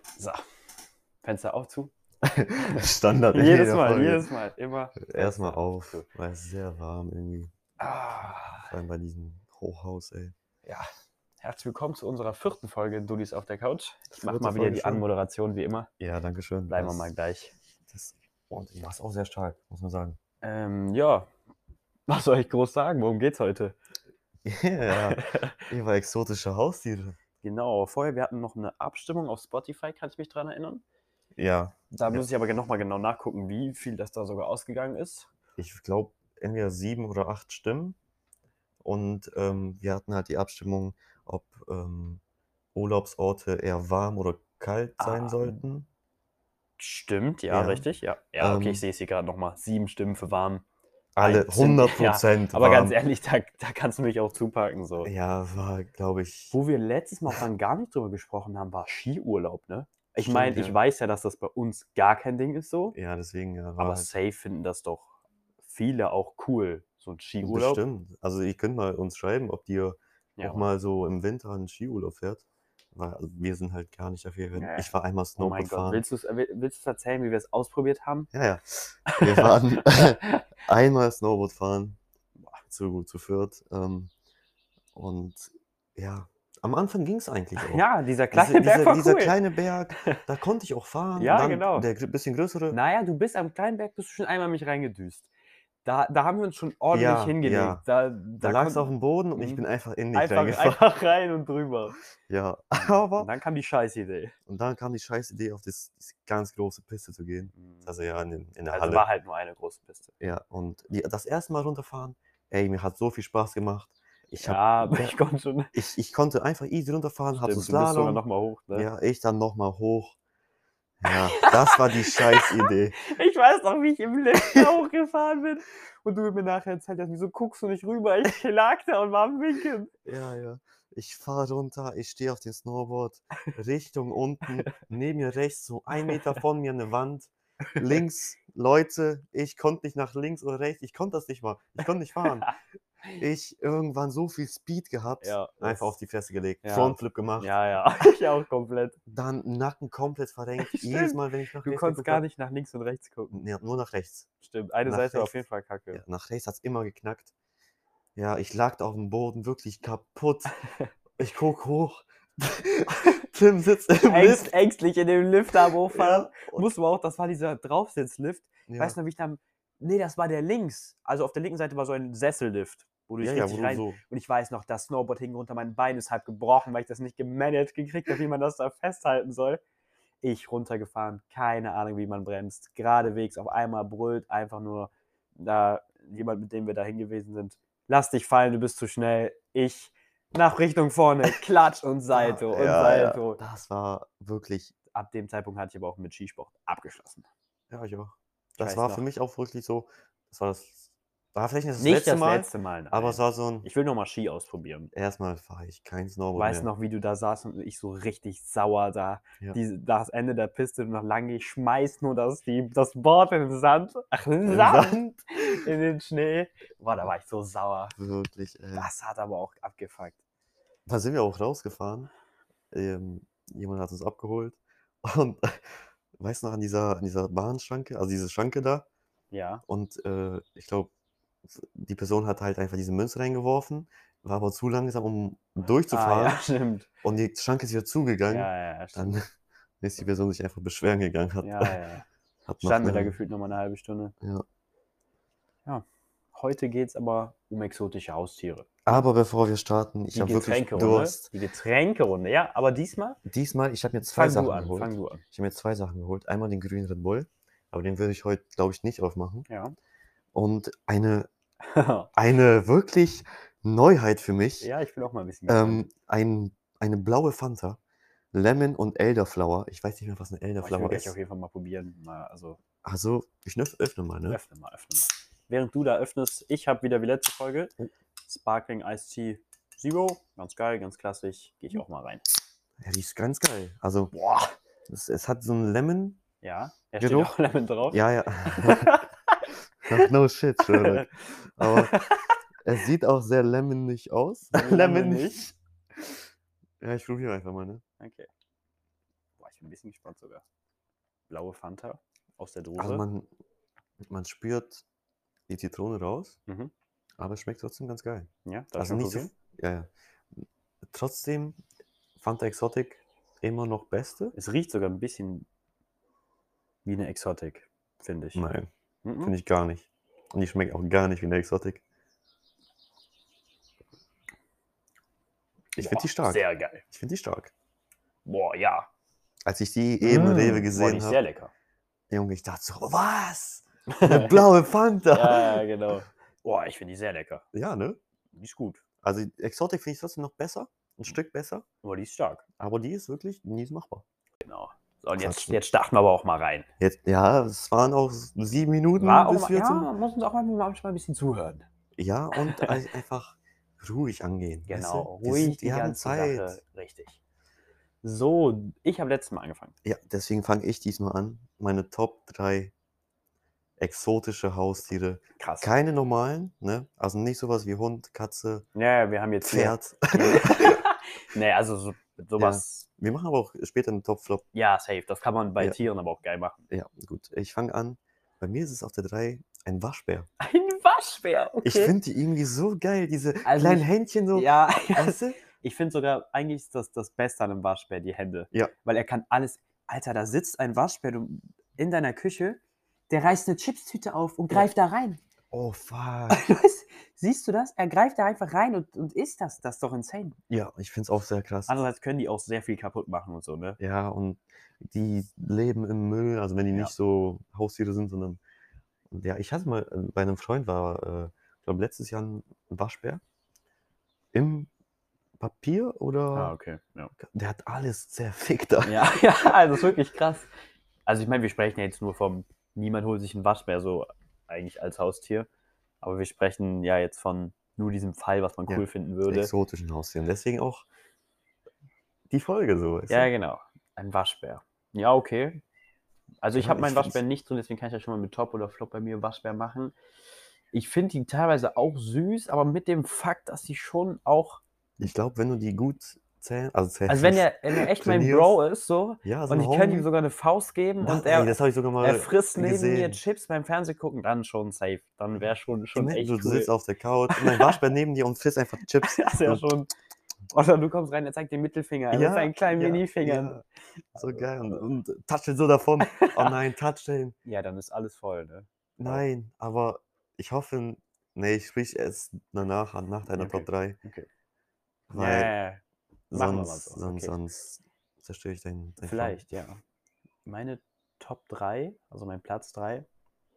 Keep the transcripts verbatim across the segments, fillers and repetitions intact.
So, Fenster auf zu. Standard. in Jedes jeder Mal, Folge. jedes Mal, immer. Erstmal Fenster auf, zu. weil es ist sehr warm irgendwie. Ah, Vor allem bei diesem Hochhaus, ey. ja, herzlich willkommen zu unserer vierten Folge Dullis auf der Couch. Ich mache Vierte mal wieder Folge die schon. Anmoderation wie immer. Ja, danke schön. Bleiben wir Das- mal gleich. Das, und du warst auch sehr stark, muss man sagen. Ähm, ja, was soll ich groß sagen? Worum geht's heute? Ja, ihr war exotische Haustiere. Genau, vorher, wir hatten noch eine Abstimmung auf Spotify, kann ich mich dran erinnern. Ja, Da Ja. muss ich aber nochmal genau nachgucken, wie viel das da sogar ausgegangen ist. ich glaube, entweder sieben oder acht Stimmen. Und ähm, wir hatten halt die Abstimmung, ob ähm, Urlaubsorte eher warm oder kalt sein Ah, sollten. Stimmt, ja, Ja. richtig, ja. Ja, okay, Ähm, ich sehe es hier gerade nochmal. Sieben Stimmen für warm. Alle Ein sind- hundert Prozent Ja, aber ganz warm. ehrlich, da, da kannst du mich auch zupacken. So. Ja, war, glaube ich. Wo wir letztes Mal auch dann gar nicht drüber gesprochen haben, war Skiurlaub, ne? Ich Stimmt, meine, ich ja. weiß ja, dass das bei uns gar kein Ding ist so, Ja, deswegen ja, war aber halt safe finden das doch viele auch cool, so ein Skiurlaub. bestimmt. Also ihr könnt mal uns schreiben, ob ihr Ja, auch mal so im Winter einen Skiurlaub fährt. Weil also wir sind halt gar nicht dafür. Nee. Ich war einmal oh Snowboard mein Gott, fahren. willst du es erzählen, wie wir es ausprobiert haben? Ja, ja. Wir waren einmal Snowboard fahren zu, zu Fürth. Ähm, und ja, am Anfang ging es eigentlich auch. Ja, dieser Diese, kleine Berg dieser, war dieser cool. kleine Berg, da konnte ich auch fahren. Ja, Dann genau. der gr- bisschen größere. Naja, du bist am kleinen Berg, bist du schon einmal mich reingedüst. Da, da haben wir uns schon ordentlich Ja, hingelegt. ja. Da, Da da lagst du konnten- auf dem Boden und ich Mhm. bin einfach in dich einfach, reingefahren. einfach rein und drüber. Ja, Und aber dann kam die Scheißidee. und dann kam die scheiß Idee, auf das, diese ganz große Piste zu gehen. Also ja, in, den- in der Also Halle. war halt nur eine große Piste. Ja, und die, das erste Mal runterfahren, ey, mir hat so viel Spaß gemacht. Ich, hab, Ja, aber ich konnte schon. ich, ich konnte einfach easy runterfahren, hab so Stimmt, du bist sogar Slalom. nochmal hoch, ne? Ja, ich dann nochmal hoch. Ja, das war die scheiß Idee. Ich weiß noch, wie ich im Lift da hochgefahren bin. Und du mir nachher erzählt hast, wieso guckst du nicht rüber? Ich lag da und war am Winken. Ja, ja. Ich fahre runter, ich stehe auf dem Snowboard, Richtung unten, neben mir rechts, so ein Meter von mir eine Wand, links Leute, ich konnte nicht nach links oder rechts, ich konnte das nicht mal, ich konnte nicht fahren. Ich irgendwann so viel Speed gehabt, Ja, das- einfach auf die Fresse gelegt, ja. Frontflip gemacht, Ja, ja, ich auch komplett. dann Nacken komplett verrenkt, Stimmt. jedes Mal, wenn ich nach Du rechts konntest geguckt gar hab- nicht nach links und rechts gucken. Ja, nur nach rechts. Stimmt, eine Nach Seite war auf rechts. jeden Fall kacke. Ja, nach rechts hat es immer geknackt. Ja, ich lag da auf dem Boden, wirklich kaputt. Ich guck hoch. Tim sitzt im Ängst, Lift. ängstlich in dem Lift da hochfahren. Ja, und- Mussten wir auch, das war dieser Draufsitzlift. Ja. Weißt du noch, wie ich da. Nee, das war der links. Also auf der linken Seite war so ein Sessellift, wo du dich ja, ja, richtig wo du rein. so. Und ich weiß noch, das Snowboard hing runter, mein Bein ist halb gebrochen, weil ich das nicht gemanagt gekriegt habe, wie man das da festhalten soll. Ich runtergefahren, keine Ahnung, wie man bremst. Geradewegs auf einmal brüllt einfach nur da jemand, mit dem wir dahin gewesen sind. Lass dich fallen, du bist zu schnell. Ich nach Richtung vorne, Klatsch und Salto und ja, Salto. Ja, das war wirklich. Ab dem Zeitpunkt hatte ich aber auch mit Skisport abgeschlossen. Ja, ich auch. Ich Das weiß war noch. für mich auch wirklich so. Das war das. War vielleicht nicht das Nicht letzte das Mal. letzte Mal, nein. Aber es war so ein. Ich will nochmal Ski ausprobieren. Erstmal fahre ich kein Ich Snowboard weiß mehr. noch, wie du da saßt und ich so richtig sauer da. Ja. Die, das Ende der Piste noch lang, ich schmeiß nur das, die, das Board in den Sand. Ach, in den Im Sand. Sand. In den Schnee. Boah, da war ich so sauer. Wirklich, ey. Das hat aber auch abgefuckt. Da sind wir auch rausgefahren. Ähm, jemand hat uns abgeholt. Und weißt du noch, an dieser, an dieser Bahnschranke, also diese Schranke da. Ja. Und äh, ich glaube, die Person hat halt einfach diese Münze reingeworfen, war aber zu langsam, um durchzufahren. Ah, ja, stimmt. Und die Schranke ist wieder zugegangen. Ja, ja, ja, stimmt. Dann ist die Person sich einfach beschweren gegangen. Hat, Ja, ja. hat noch Standen wir da eine- gefühlt nochmal eine halbe Stunde. Ja. Ja. Heute geht es aber um exotische Haustiere. Aber bevor wir starten, ich Die habe wirklich Getränkerunde. Durst. Die Getränkerunde, ja. Aber diesmal Diesmal, ich habe mir zwei fang Sachen du an. geholt. Fang du an. Ich habe mir zwei Sachen geholt. Einmal den grünen Red Bull, aber den würde ich heute, glaube ich, nicht aufmachen. Ja. Und eine, eine wirklich Neuheit für mich. Ja, ich will auch mal ein bisschen. Ähm, ein, eine blaue Fanta. Lemon und Elderflower. Ich weiß nicht mehr, was eine Boah, ich will Elderflower gleich ist. auf jeden Fall mal probieren. Mal, also Also, ich öff- öffne mal, ne? öffne mal, öffne mal. Während du da öffnest, ich habe wieder wie letzte Folge Oh. Sparkling Iced Tea Zero. Ganz geil, ganz klassisch. Gehe ich auch mal rein. Ja, die ist ganz geil. Also, Boah. es, es hat so einen Lemon. Ja, da steht Geruch? auch Lemon drauf. Ja, ja. No shit, Sherlock. Aber es sieht auch sehr lemonig aus. Lemonig. Ja, ich probiere einfach mal, ne? Okay. Boah, ich bin ein bisschen gespannt sogar. Blaue Fanta aus der Dose. Also man, man spürt die Zitrone raus, Mhm. aber es schmeckt trotzdem ganz geil. Ja, darf ich Also mal nicht so, probieren? ja, ja. Trotzdem Fanta Exotic immer noch beste. Es riecht sogar ein bisschen wie eine Exotic, finde ich. Nein, Mhm. finde ich gar nicht. Und die schmeckt auch gar nicht wie eine Exotic. Ich finde die Boah, stark. Sehr geil. Ich finde die stark. Boah, ja. Als ich die eben in Rewe Mm, boah, die gesehen ist sehr habe, lecker. Junge, ich dachte so, was? Eine blaue Fanta. Ja, ja, genau. Boah, ich finde die sehr lecker. Ja, ne? Die ist gut. Also die Exotic finde ich trotzdem noch besser, ein Stück besser, Aber die ist stark. aber die ist wirklich, die ist machbar. Genau. So, und jetzt, Quatschen. jetzt starten wir aber auch mal rein. Jetzt, ja, es waren auch sieben Minuten, War auch bis mal, wir ja, zum... man muss uns auch manchmal ein bisschen zuhören. Ja, und ein- einfach ruhig angehen. Genau, weißt du? Wir ruhig sind, die wir haben ganze Zeit. Sache. Richtig. So, ich habe letztes Mal angefangen. Ja, deswegen fange ich diesmal an. Meine Top drei exotische Haustiere. Krass. Keine normalen, ne? Also nicht sowas wie Hund, Katze, Ja, ja, wir haben jetzt hier. Pferd. Nee, also so, sowas. Wir machen aber auch später einen Top-Flop. Ja, safe. Das kann man bei Ja. Tieren aber auch geil machen. Ja, gut. Ich fange an. Bei mir ist es auf der drei ein Waschbär. Ein Waschbär, okay. Ich finde die irgendwie so geil, diese Also kleinen ich- Händchen so. Ja, Weißt du? ich finde sogar, eigentlich ist das das Beste an einem Waschbär, die Hände. Ja. Weil er kann alles. Alter, da sitzt ein Waschbär du, in deiner Küche, der reißt eine Chipstüte auf und Ja. greift da rein. Oh, fuck. Weißt, siehst du das? Er greift da einfach rein und, und isst das. Das ist doch insane. Ja, ich finde es auch sehr krass. Andererseits können die auch sehr viel kaputt machen und so, ne? Ja, und die leben im Müll, also wenn die Ja. nicht so Haustiere sind, sondern. Und ja, ich hatte mal, äh, bei einem Freund war, äh, ich glaube, letztes Jahr ein Waschbär. Im Papier oder. Ah, okay. Ja, Der hat alles zerfickt da. ja, ja, also das ist wirklich krass. Also ich meine, wir sprechen ja jetzt nur vom, niemand holt sich einen Waschbär so eigentlich als Haustier. Aber wir sprechen ja jetzt von nur diesem Fall, was man Ja, cool finden würde. Exotischen Haustieren. Deswegen auch die Folge so. Weißt Ja, du? genau. Ein Waschbär. Ja, okay. Also ich Ja, habe ich meinen find's- Waschbär nicht drin, deswegen kann ich ja schon mal mit Top oder Flop bei mir Waschbär machen. Ich finde die teilweise auch süß, aber mit dem Fakt, dass die schon auch. Ich glaube, wenn du die gut zählen, also zählen. Also wenn er, wenn er echt mein trainierst. Bro ist, so, Ja, so und ein ich könnte Homie. ihm sogar eine Faust geben Das, und er, ey, das habe ich sogar mal er frisst neben gesehen. mir Chips beim Fernsehen gucken, dann schon safe. Dann wäre schon, schon Imagine, echt du, cool. du sitzt auf der Couch und ein Waschbär neben dir und frisst einfach Chips. Das wäre So. schon. Oder du kommst rein, er zeigt den Mittelfinger, er Ja, mit seinen kleinen ja, Minifingern. ja. So geil. Und, und toucht so davon. Oh nein, toucht den. Ja, dann ist alles voll, ne? Nein, aber ich hoffe, nee, ich sprich erst danach an, nach deiner Okay. Top drei. Okay. Weil Ja, machen wir mal sonst, so. sonst, Okay. sonst zerstöre ich deinen dein Vielleicht, ja. Meine Top drei, also mein Platz drei,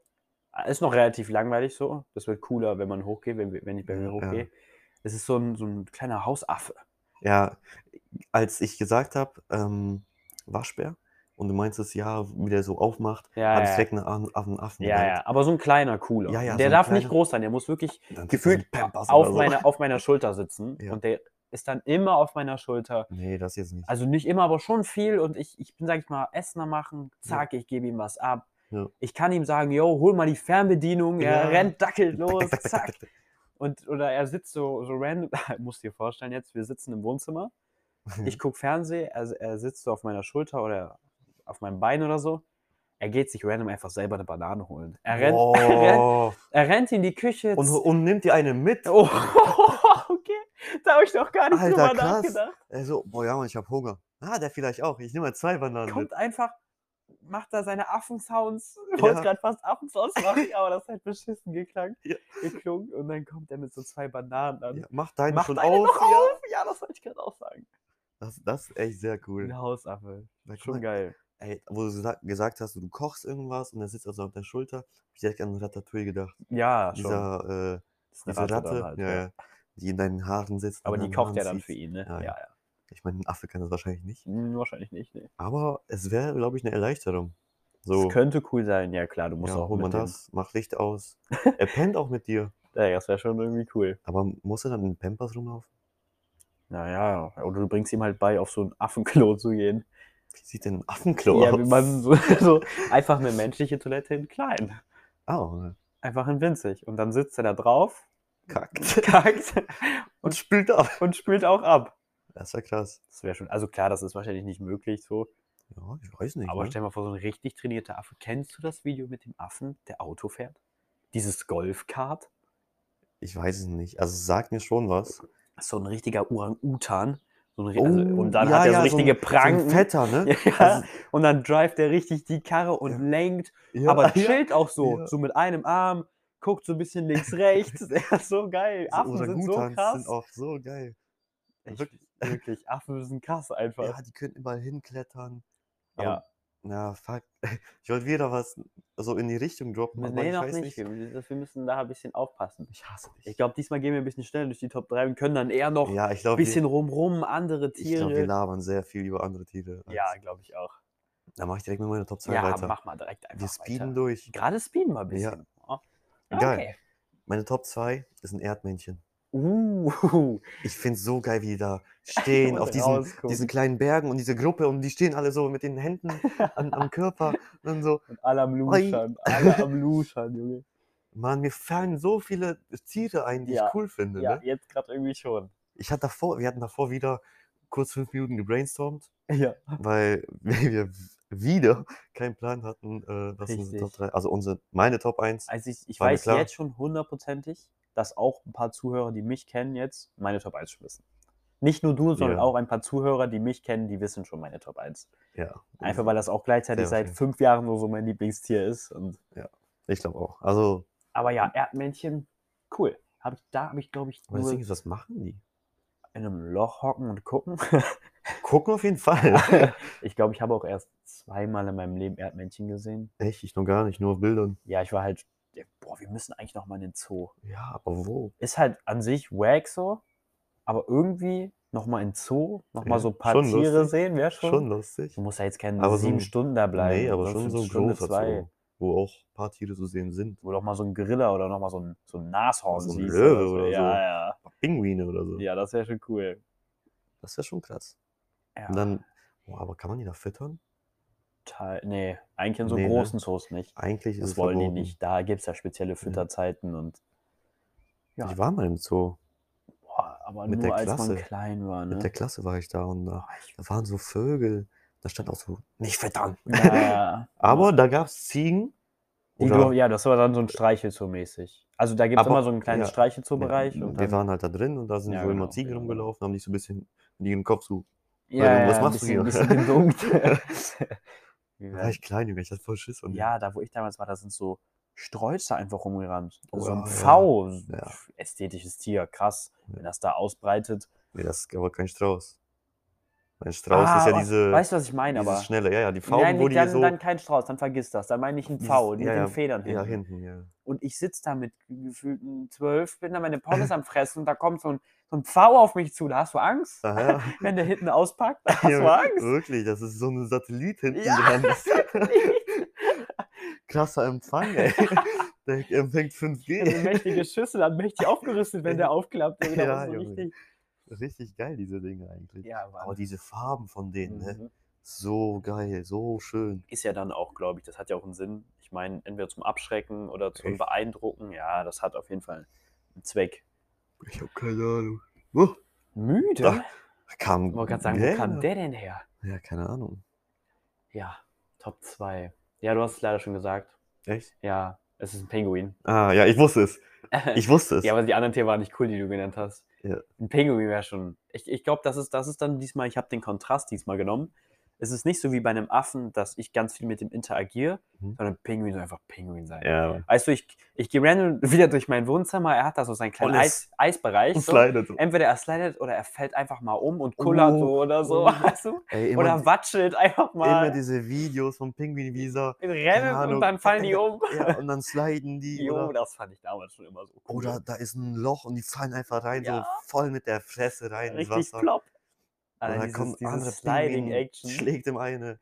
ist noch relativ langweilig so. Das wird cooler, wenn man hochgeht, wenn, wir- wenn ich bei Ja, mir ja. hochgehe. Es ist so ein, so ein kleiner Hausaffe. Ja, als ich gesagt habe, ähm, Waschbär, und du meinst es ja, wie der so aufmacht, Ja, habe ich ja. direkt einen Affen, Affen, Affen Ja, gedacht. ja, aber so ein kleiner, cooler. Ja, ja, der so ein darf nicht kleiner- groß sein, der muss wirklich Dann kriegt er gefühlt so einen Pampers auf, oder so. meine, auf meiner Schulter sitzen. Ja. Und der ist dann immer auf meiner Schulter. Nee, das jetzt nicht. Also nicht immer, aber schon viel. Und ich, ich bin, sag ich mal, Essener machen, zack, ich gebe ihm was ab. Ja. Ich kann ihm sagen, yo, hol mal die Fernbedienung. Er Ja. rennt, dackelt los, Tak, tak, tak, zack. tak, tak. Und, oder er sitzt so, so random, musst dir vorstellen jetzt, wir sitzen im Wohnzimmer, ich gucke Fernsehen, er, er sitzt so auf meiner Schulter oder auf meinem Bein oder so. Er geht sich random einfach selber eine Banane holen. Er rennt, er rennt, Boah. er rennt in die Küche. und, und nimmt dir eine mit. Oh, okay, da habe ich doch gar nicht Alter, drüber krass. nachgedacht. Er so, boah, ja, Mann, ich hab Hunger. Ah, der vielleicht auch. Ich nehme mal zwei Bananen Kommt mit. einfach, macht da seine Affensounds. Ich Ja. wollte gerade fast Affensounds machen, aber das hat beschissen geklang, Ja. geklungen. Und dann kommt er mit so zwei Bananen an. Ja, mach deine Macht schon eine auf. noch Ja. auf? Ja, das wollte ich gerade auch sagen. Das, das ist echt sehr cool. Ein Hausaffe. Weil, guck Schon mal, geil. Ey, wo du gesa- gesagt hast, du kochst irgendwas und er sitzt also auf deiner Schulter, hab ich direkt an Ratatouille gedacht. Ja, schon. Dieser, äh, Das ist eine diese Ratte Ratte, dann halt, ja, ja. ja, die in deinen Haaren sitzt. Aber in die deinen kocht Haaren ja dann zieht. für ihn, ne? Ja, Ja, ja. ja. Ich meine, ein Affe kann das wahrscheinlich nicht. Hm, wahrscheinlich nicht, ne. Aber es wäre, glaube ich, eine Erleichterung. Das So, könnte cool sein, ja klar, du musst ja, auch hol mit mal dem, das, mach Licht aus. Er pennt auch mit dir. Ja, das wäre schon irgendwie cool. Aber muss er dann in Pampers rumlaufen? Naja, oder du bringst ihm halt bei, auf so ein Affenklo zu gehen. Wie sieht denn ein Affenklo Ja, aus? wie man so, so einfach eine menschliche Toilette in klein. Oh, Einfach in winzig. Und dann sitzt er da drauf, kackt. kackt Und und, spült ab. und spült auch ab. Das war krass. Das wäre schon, also klar, das ist wahrscheinlich nicht möglich so. Ja, ich weiß nicht, Aber ne? stell mal vor, so ein richtig trainierter Affe. Kennst du das Video mit dem Affen, der Auto fährt? Dieses Golfkart? Ich weiß es nicht. Also, es sagt mir schon was. Das ist so 'n richtiger Orang-Utan. So 'n ri also, und Oh, dann hat ja, er so ja, so 'n richtige so 'n Pranken. Fetter, ne? Ja, Also und dann drivet der richtig die Karre und ja, lenkt, ja, aber ja, chillt auch so, ja. so mit einem Arm, guckt so 'n bisschen links, rechts. Der ist so geil. So Affen sind so Orangutans sind krass. auch so geil. Ich Wirklich. wirklich, Affen sind krass einfach. Ja, die können überall hinklettern. Aber Ja. na, fuck. Ich wollte wieder was so in die Richtung droppen, aber Ne, ich noch weiß nicht. nicht. Wir wir müssen da 'n bisschen aufpassen. Ich hasse Ich dich. glaube, diesmal gehen wir 'n bisschen schneller durch die Top drei und können dann eher noch Ja, ich glaube, wir bisschen rumrum, andere ich glaube, wir Tiere. labern sehr viel über andere Tiere Ja, als glaube ich auch. dann mache ich direkt mit meiner Top zwei Ja, weiter. mach mal direkt Wir einfach speeden weiter. durch. Grade speeden wir 'n Ja, bisschen. Ah, geil. okay. Meine Top zwei ist 'n Erdmännchen. Uh, Ich finde es so geil, wie die da ich stehen muss auf diesen diesen rausgucken. kleinen Bergen und diese Gruppe und die stehen alle so mit den Händen an am Körper und dann so: Und alle am „Oi." Luschern, alle am Luschern, Junge. Mann, mir fallen so viele Tiere ein, die ich Ja, cool finde, ja, ne? jetzt grad irgendwie schon. Ich hatte davor wir hatten davor wieder kurz fünf Minuten gebrainstormt, Ja, weil wir wieder keinen Plan hatten, äh, was unsere Top richtig. drei also unsere meine Top eins Also, ich ich war mir weiß klar. jetzt schon hundertprozentig, dass auch 'n paar Zuhörer, die mich kennen jetzt, meine Top eins schon wissen. Nicht nur du, sondern Ja, auch ein paar Zuhörer, die mich kennen, die wissen schon meine Top eins. ja, Einfach, weil das auch gleichzeitig sehr seit wahrscheinlich. fünf Jahren nur so mein Lieblingstier ist und Ja, ich glaube auch. Also, aber ja, Erdmännchen, cool. Habe ich da habe ich, glaube ich, aber das Ding nur ist, was machen die? in 'nem Loch hocken und gucken. Gucken auf jeden Fall. Ich glaube, ich habe auch erst zweimal in meinem Leben Erdmännchen gesehen. Echt? Ich noch gar nicht, nur auf Bildern. Ja, ich war halt ja, boah, wir müssen eigentlich noch mal in den Zoo. Ja, aber wo? Ist halt an sich wack so, aber irgendwie noch mal in 'n Zoo, noch mal Ja, so 'n paar schon Tiere lustig, sehen, wäre schon schon du lustig. musst ja jetzt keine Aber so sieben 'n Stunden da ne, bleiben, aber sonst schon so wird's 'n Stunde, großer zwei, Zoo, wo auch paar Tiere zu sehen sind. wo du auch mal so 'n Gorilla oder noch mal so 'n so 'n Nashorn So 'n siehst Löwe oder so. oder Ja, so, ja. Pinguine oder so. Ja, das wäre schon cool. Das wäre schon krass. Und Ja, dann boah, aber kann man die da füttern? Teil ne, eigentlich in so Ne, ne? großen Zoos nicht. Eigentlich ist Das es wollen die verboten. nicht. Da gibt's ja spezielle Ja. Fütterzeiten und ja, Ich war mal im Zoo. boah, aber Mit der nur als man Klasse. klein war, Mit der ne? Klasse war ich da und da Boah, ich da waren so Vögel. Da stand auch so: „Nicht füttern." ja, ja, Aber immer. da gab's Ziegen Die du oder ja, das war dann so 'n Streichelzoo mäßig. Also, da gibt's immer aber so 'n kleines ja, ja, Streichelzoo-Bereich und wir dann waren halt da drin und da sind ja, so immer genau, Ziegen genau, genau. rumgelaufen, haben dich so 'n bisschen in ihren Kopf so: „Hey Ja, Junge, was ja, 'n machst du bisschen hier?" bisschen gedunkt. Da war ich klein, Junge, ich hatte voll Schiss vor denen. Ja, da, wo ich damals war, da sind so Streuzer einfach rumgerannt. Oh So 'n ja, ja, Pfau, s ja, ästhetisches Tier, krass, ja. wenn das da ausbreitet. Ne, das ist aber kein Strauß. Ein Strauß ist Ah, ja was diese weißt du, was ich meine, dieses aber Schnelle. Ja, ja, die Pfauben, nein, wo nicht die dann dann so kein Strauß, dann vergiss das. Dann meine ich 'n dieses Pfau ja, mit den ja, Federn ja, hinten. hinten, ja. Und ich sitze da mit gefühlten zwölf, bin da meine Pommes am Fressen und da kommt so 'n so 'n Pfau auf mich zu. Da hast du Angst, Ah ja. wenn der hinten auspackt, da hast du Ja, Angst. wirklich, das ist so 'n Satellit hinten Ja, dran. Satellit. Krasser Empfang, ey. Der empfängt fünf G. Ja, 'ne mächtige Schüssel, dann mächtig aufgerüstet, wenn der aufklappt, Junge, das ist Ja, so Junge. richtig Richtig geil, diese Dinge eigentlich. ja, Aber Mann. diese Farben von denen, ne? Mhm. So geil, so schön. Ist ja dann auch, glaube ich, das hat ja auch 'n Sinn. Ich meine, entweder zum Abschrecken oder zum Echt? Beeindrucken. Ja, das hat auf jeden Fall 'n Zweck. Ich habe keine Ahnung. Oh, Müde? da kam Ich wollte grad sagen, wo kam Gräber. der denn her? Ja, keine Ahnung. Ja, Top zwei. Ja, du hast es leider schon gesagt. Echt? Ja, es ist 'n Pinguin. Ah, ja, ich wusste es. Ich wusste Ja, es. aber die anderen Tiere waren nicht cool, die du genannt hast. Ja. 'N Pinguin wäre schon ich ich glaube, das ist das ist dann diesmal ich habe den Kontrast diesmal genommen. Es ist nicht so wie bei 'nem Affen, dass ich ganz viel mit dem interagiere, Mhm. sondern Pinguin soll einfach Pinguin sein. Ja, Mann. Weißt du, ich ich gehe random wieder durch mein Wohnzimmer, er hat da so seinen kleinen Und Eis es Eisbereich so. slidet so. Entweder er slidet oder er fällt einfach mal um und kullert Oh, so oder so, oh. weißt du? Ey, immer Oder watschelt einfach immer mal, diese Videos vom Pinguin, wie sie, keine rennt und Ahnung, dann fallen die um. ja, und dann sliden die Jo, oder das fand ich damals schon immer so cool. oder da ist 'n Loch und die fallen einfach rein, so Ja, voll mit der Fresse rein ins richtig Wasser. plopp. Alter, Oder dieses kommt 'n anderer dieses Sliding Pinguin, Action. schlägt dem eine.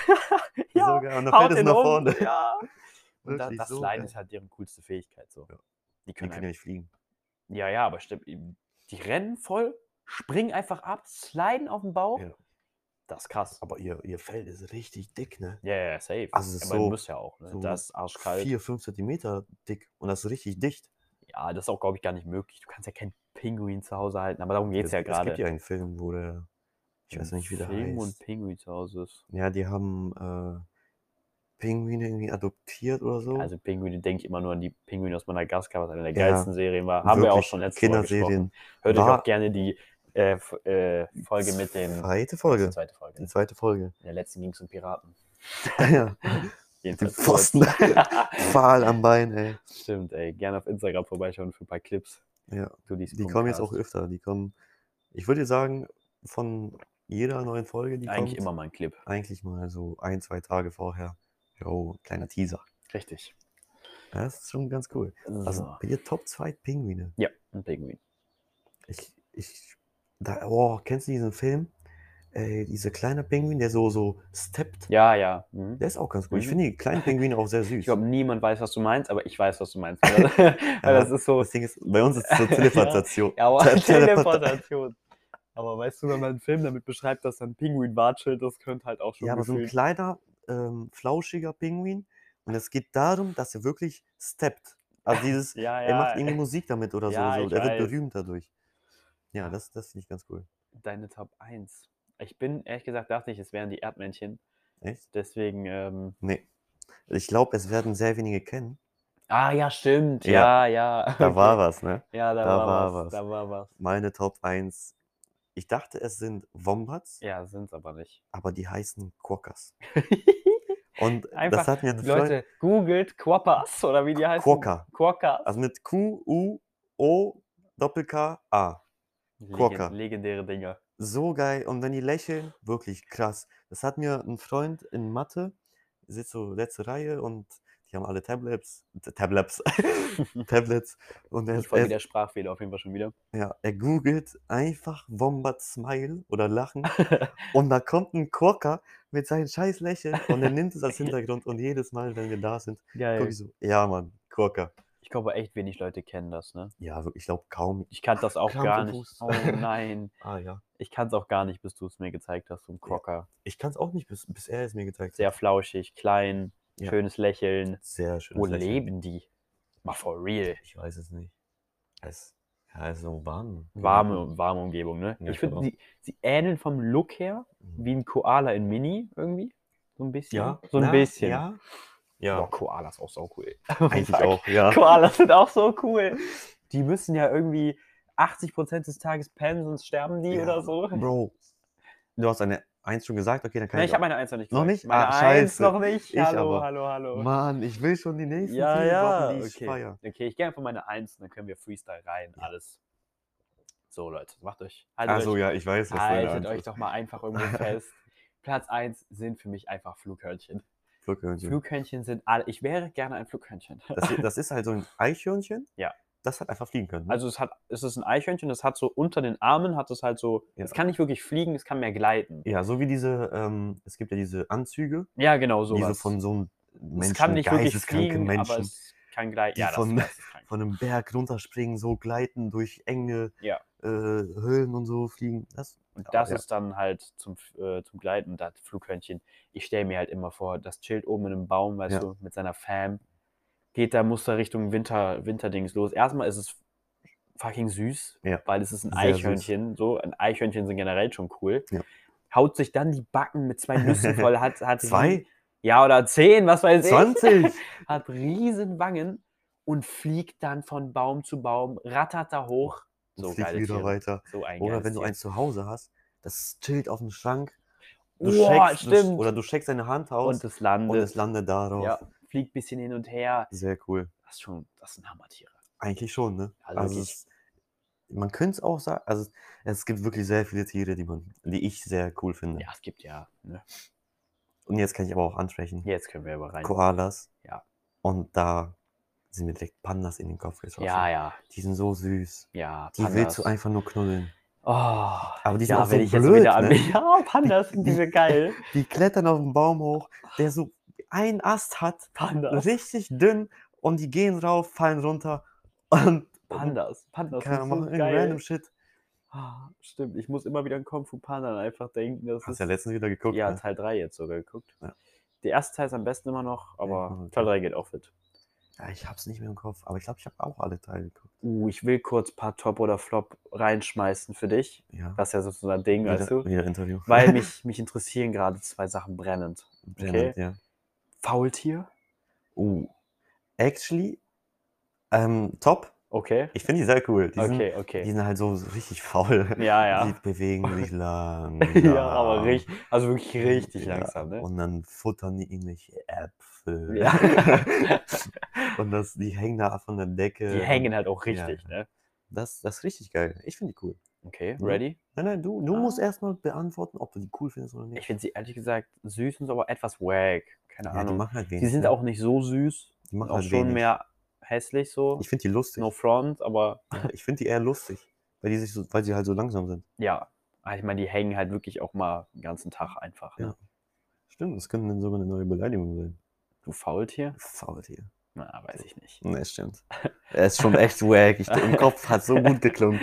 So Ja, geil. Und dann fällt haut es den nach um, vorne. ja. Und da Wirklich das so Sliden geil. ist halt deren coolste Fähigkeit so. Ja. Die Die können können ja ein nicht fliegen. ja, ja, aber stimmt, eben die rennen voll, springen einfach ab, sliden auf'n Bauch. Ja. Das ist krass. Aber ihr ihr Fell ist richtig dick, ne? Ja, ja, safe. Also, es ist Aber so muss ja auch, ne? so Das ist arschkalt. vier, fünf Zentimeter dick und das ist richtig dicht. Ja, das ist auch, glaube ich, gar nicht möglich. Du kannst ja keinen Pinguin zu Hause halten, aber darum geht's Es ja es gibt grade. ja einen Film, wo der Ich weiß nicht, wie der Film und heißt. Pinguin zu Hause ist. Ja, die haben äh, Pinguine irgendwie adoptiert oder so. Also Pinguine, denke ich immer nur an die Pinguine aus Madagaskar, was eine der Ja, geilsten Serien war. Haben wir auch wirklich schon letztes Mal gesprochen. Kinderserien. Hört euch War auch gerne die äh, F- äh, Folge mit dem... zweite Das ist Folge. die zweite Folge. Die Ne? zweite Folge. In der letzten ging es um Piraten. Ja. Die Jedenfalls Pfosten. kurz. Pfahl am Bein, ey. Stimmt, ey. Gerne auf Instagram vorbeischauen für ein paar Clips. Ja. Dudis Die kommen jetzt auch Punktcast. öfter. Die kommen, ich würde sagen, von jeder neuen Folge, die Eigentlich kommt, immer mal ein Clip. eigentlich mal so ein, zwei Tage vorher. Jo, kleiner Teaser. Richtig. Ja, das ist schon ganz cool. Also So. bei dir Top zwei Pinguine. Ja, ein Pinguin. Ich, ich, da, oh, kennst du diesen Film? Äh, dieser kleine Pinguin, der so, so steppt. Ja, ja. Mhm. Der ist auch ganz cool. Ich Mhm. finde die kleinen Pinguine auch sehr süß. Ich glaube, niemand weiß, was du meinst, aber ich weiß, was du meinst. Weil das, weil Ja, das ist so... Das Ding ist, bei uns ist es so Teleportation. Ja, aber Te- Teleport- Teleportation. Aber weißt du, wenn man einen Film damit beschreibt, dass ein Pinguin watschelt, das könnte halt auch schon Ja, aber so ein gefühlt... kleiner, ähm, flauschiger Pinguin. Und es geht darum, dass er wirklich steppt. Also dieses, Ja, er macht ja. irgendwie Musik damit oder Ja, so. so. ich Er wird weiß. berühmt dadurch. Ja, das, das finde ich ganz cool. Deine Top eins. Ich bin, ehrlich gesagt, dachte ich, es wären die Erdmännchen. Echt? Deswegen, ähm... Nee. Ich glaube, es werden sehr wenige kennen. Ah, ja, stimmt. Ja, Ja, ja. Da okay. war was, ne? Ja, da, da war, war was. was. Da war was. Meine Top eins. Ich dachte, es sind Wombats, Ja, sind's aber nicht. aber die heißen Quokkas. Und Einfach, das hat mir ein Freund. Leute, googelt Quappas oder wie die heißen. Quokka. Quokkas. Also mit Q, U, O, Doppel-K, A. Quokka. Legend, legendäre Dinger. So geil. Und wenn die lächeln, wirklich krass. Das hat mir ein Freund in Mathe, sitzt so letzte Reihe und die haben alle Tablets, T- Tablets, Tablets. Und er, Ich folge er, der Sprachfehler auf jeden Fall schon wieder. ja, er googelt einfach Wombat Smile oder Lachen und da kommt ein Quokka mit seinem scheiß Lächeln und er nimmt es als Hintergrund und jedes Mal, wenn wir da sind, gucke Geil. ich so, ja Mann, Quokka. Ich glaube, echt wenig Leute kennen das, ne? Ja, wirklich, ich glaube kaum. Ich kannte das auch Krampf gar im nicht. Fuß. Oh nein. Ah ja. Ich kann es auch gar nicht, bis du es mir gezeigt hast, so ein Quokka. Ich kann es auch nicht, bis, bis er es mir gezeigt Sehr hat. flauschig, klein, Ja. schönes Lächeln. Sehr schön. Wo leben die? Mal for real. Ich weiß es nicht. Es, ja, es ist so warm. Warme, warme Umgebung, ne? Ja, Ich finde, genau. sie, sie ähneln vom Look her Mhm. wie ein Koala in Mini irgendwie. So ein bisschen. Ja, So ein na, bisschen. Ja, ja. Boah, Koalas auch so cool. Eigentlich Fuck. auch, ja. Koalas sind auch so cool. Die müssen ja irgendwie achtzig Prozent des Tages pennen, sonst sterben die Ja, oder so. Bro, du hast eine eins schon gesagt, okay, dann kann Nein, ich ich habe meine Eins noch nicht Noch gesagt. nicht? Meine Ah, Eins scheiße. noch nicht. Ich hallo, aber. hallo, hallo. Mann, ich will schon die nächsten Ja, vier ja, machen, die ich okay. feier. Okay, ich gehe einfach meine Eins und dann können wir Freestyle rein, Ja. alles. So, Leute, macht euch. Haltet Achso, euch, ja, ich weiß, was deine haltet Antwort euch ist. doch mal einfach irgendwo fest. Platz eins sind für mich einfach Flughörnchen. Flughörnchen. Flughörnchen sind alle. Ich wäre gerne ein Flughörnchen. Das, hier- das ist halt so ein Eichhörnchen. Ja. Das hat einfach fliegen können. Ne? Also es hat, es ist ein Eichhörnchen, das hat so unter den Armen, hat es halt so, Ja. es kann nicht wirklich fliegen, es kann mehr gleiten. Ja, so wie diese, ähm, es gibt ja diese Anzüge, Ja, genau, sowas. diese von so einem Menschen, es kann nicht wirklich geisteskranken fliegen, Menschen, aber es kann gleiten. die Ja, das von- ist geisteskrank. von einem Berg runterspringen, so gleiten durch enge Ja. äh, Höhlen und so fliegen. Das, Und ja, das ja. ist dann halt zum, äh, zum Gleiten, das Flughörnchen. Ich stelle mir halt immer vor, das chillt oben in einem Baum, weißt Ja. du, mit seiner Fam. Geht da, muss da Richtung Winter, Winterdings los. Erstmal ist es fucking süß, Ja. weil es ist ein Sehr süß. Eichhörnchen. So, ein Eichhörnchen sind generell schon cool. Ja. Haut sich dann die Backen mit zwei Nüssen voll, hat, hat Zwei? Ja, oder zehn, was weiß ich. zwanzig? Hat riesen Wangen und fliegt dann von Baum zu Baum, rattert da hoch. Und So fliegt geile wieder Tiere. weiter. So ein Oder geiles wenn du Tier. eins zu Hause hast, das chillt auf dem Schrank. Du Boah, checkst, du, stimmt. oder du checkst deine Hand aus Und es landet. und es landet darauf. Ja, fliegt ein bisschen hin und her. Sehr cool. Das ist schon, das sind Hammertiere. Eigentlich schon, ne? Also Also wirklich. es, man könnte es auch sagen, also es gibt wirklich sehr viele Tiere, die man, die ich sehr cool finde. Ja, es gibt ja. Ne? Und jetzt kann ich aber auch ansprechen. Jetzt können wir aber rein. Koalas. Ja. Und da sind mir direkt Pandas in den Kopf geschossen. Ja, ja, Die sind so süß. ja. Die willst du einfach nur knuddeln. Oh, Aber die sind ja, auch so wenn ich jetzt blöd, wieder an ne? mich. Ja, Pandas sind Die- diese geil. Die klettern auf den Baum hoch, der so einen Ast hat, Pandas. richtig dünn, und die gehen rauf, fallen runter und Pandas. Pandas keine sind Ahnung, so machen irgendeinen random geil. Shit. Ah, stimmt, ich muss immer wieder an Kung Fu Panda einfach denken. Das Hast ist, ja letztens wieder geguckt, ja, ne? Teil drei jetzt sogar geguckt. Ja. Der erste Teil ist am besten immer noch, aber Ja, Teil drei geht auch fit. Ja, ich hab's nicht mehr im Kopf, aber ich glaube, ich habe auch alle Teile geguckt. Uh, ich will kurz ein paar Top oder Flop reinschmeißen für dich. Ja. Das ist ja so so ein Ding, Wieder, weißt du? wieder Interview. Weil mich, mich interessieren gerade zwei Sachen brennend. Brennend, Okay? ja. Faultier? Uh, actually, ähm, top. Okay. Ich finde die sehr cool. Die, Okay, sind, okay. die sind halt so, so richtig faul. Ja, ja. Die bewegen sich langsam. Ja, aber richtig, also wirklich richtig Ja, langsam, ne? und dann futtern die irgendwelche Äpfel. Ja. Und das, die hängen da von der Decke. Die hängen und, halt auch ja, richtig, ne? Das, das ist richtig geil. Ich finde die cool. Okay, Mhm. ready? Nein, nein, du, du musst Ah. erstmal beantworten, ob du die cool findest oder Ich nicht. finde sie ehrlich gesagt süß und so, aber etwas wack. Keine Ja, die Ahnung. machen halt Die wenig. sind ne? auch nicht so süß. Die machen Auch halt schon wenig. mehr hässlich so. Ich finde die lustig. No front, aber Ja, ich finde die eher lustig, weil, die sich so, weil sie halt so langsam sind. ja. Ah, ich meine, die hängen halt wirklich auch mal den ganzen Tag einfach, ne? Ja. Stimmt, das könnte dann sogar eine neue Beleidigung sein. Du Faultier? Faultier. Na, weiß ich nicht. Ne, stimmt. Er ist schon echt wack. Ich, Im Kopf hat so gut geklungen.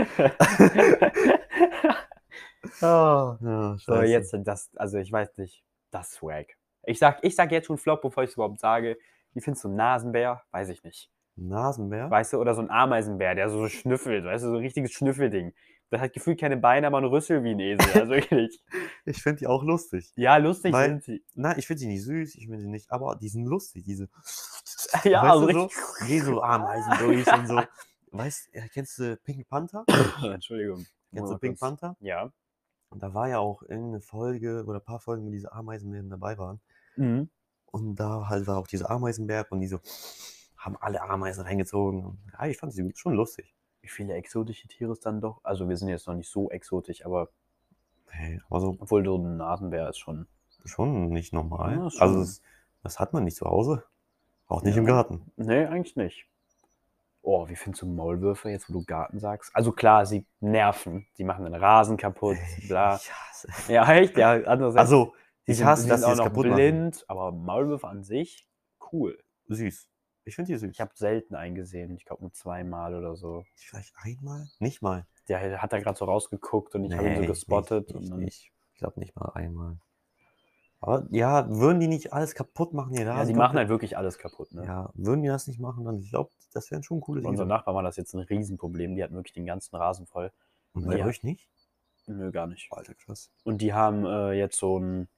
Oh. Ja, So, scheiße. jetzt das, also ich weiß nicht, das ist wack. Ich sag, ich sag jetzt schon Flop, bevor ich es überhaupt sage. Wie findest du einen Nasenbär? Weiß ich nicht. Nasenbär? Weißt du, oder so ein Ameisenbär, der so schnüffelt, weißt du, so ein richtiges Schnüffelding. Das hat gefühlt keine Beine, aber einen Rüssel wie ein Esel, also wirklich. Ich finde die auch lustig. Ja, lustig Weil- sind sie. Nein, ich finde sie nicht süß, ich finde sie nicht, aber die sind lustig, diese. Ja, weißt also du so? richtig. Geh so Ameisen durch und so. Weißt du, kennst du Pink Panther? Entschuldigung. Kennst Mal du Pink kurz. Panther? Ja. Und da war ja auch irgendeine Folge oder ein paar Folgen, wo diese Ameisenbären dabei waren. Mhm. Und da halt war auch dieser Ameisenberg und die so haben alle Ameisen reingezogen. Und, ja, ich fand sie schon lustig. Wie viele exotische Tiere es dann doch? Also wir sind jetzt noch nicht so exotisch, aber Hey, aber so obwohl so ein Nasenbär ist schon. schon nicht normal. Ja, ist Also schon- das, das hat man nicht zu Hause. Auch nicht Ja. im Garten. Nee, eigentlich nicht. Oh, wie findest du Maulwürfe jetzt, wo du Garten sagst? Also klar, sie nerven. Die machen den Rasen kaputt, Ich, bla. ich hasse. Ja, echt? Ja, andererseits. Also, die ich sind, hasse, die dass sind sie auch es noch kaputt machen. blind, aber Maulwürfe an sich, cool. Süß. Ich finde die süß. Ich habe selten einen gesehen. Ich glaube nur zweimal oder so. Vielleicht einmal? Nicht mal. Der hat da gerade so rausgeguckt und ich habe ihn so Nee, gespottet. Nicht, und nicht, dann, nicht. Ich glaube nicht mal einmal. Aber ja, würden die nicht alles kaputt machen? Die ja, Rasen die machen kaputt? halt wirklich alles kaputt. Ne? Ja, würden die das nicht machen, dann ich glaube, das wären schon coole Bei unserem Tiere. Nachbarn war das jetzt ein Riesenproblem. Die hatten wirklich den ganzen Rasen voll. Und bei ja. euch nicht? Nö, gar nicht. Alter, krass. Und die haben äh, jetzt so ein,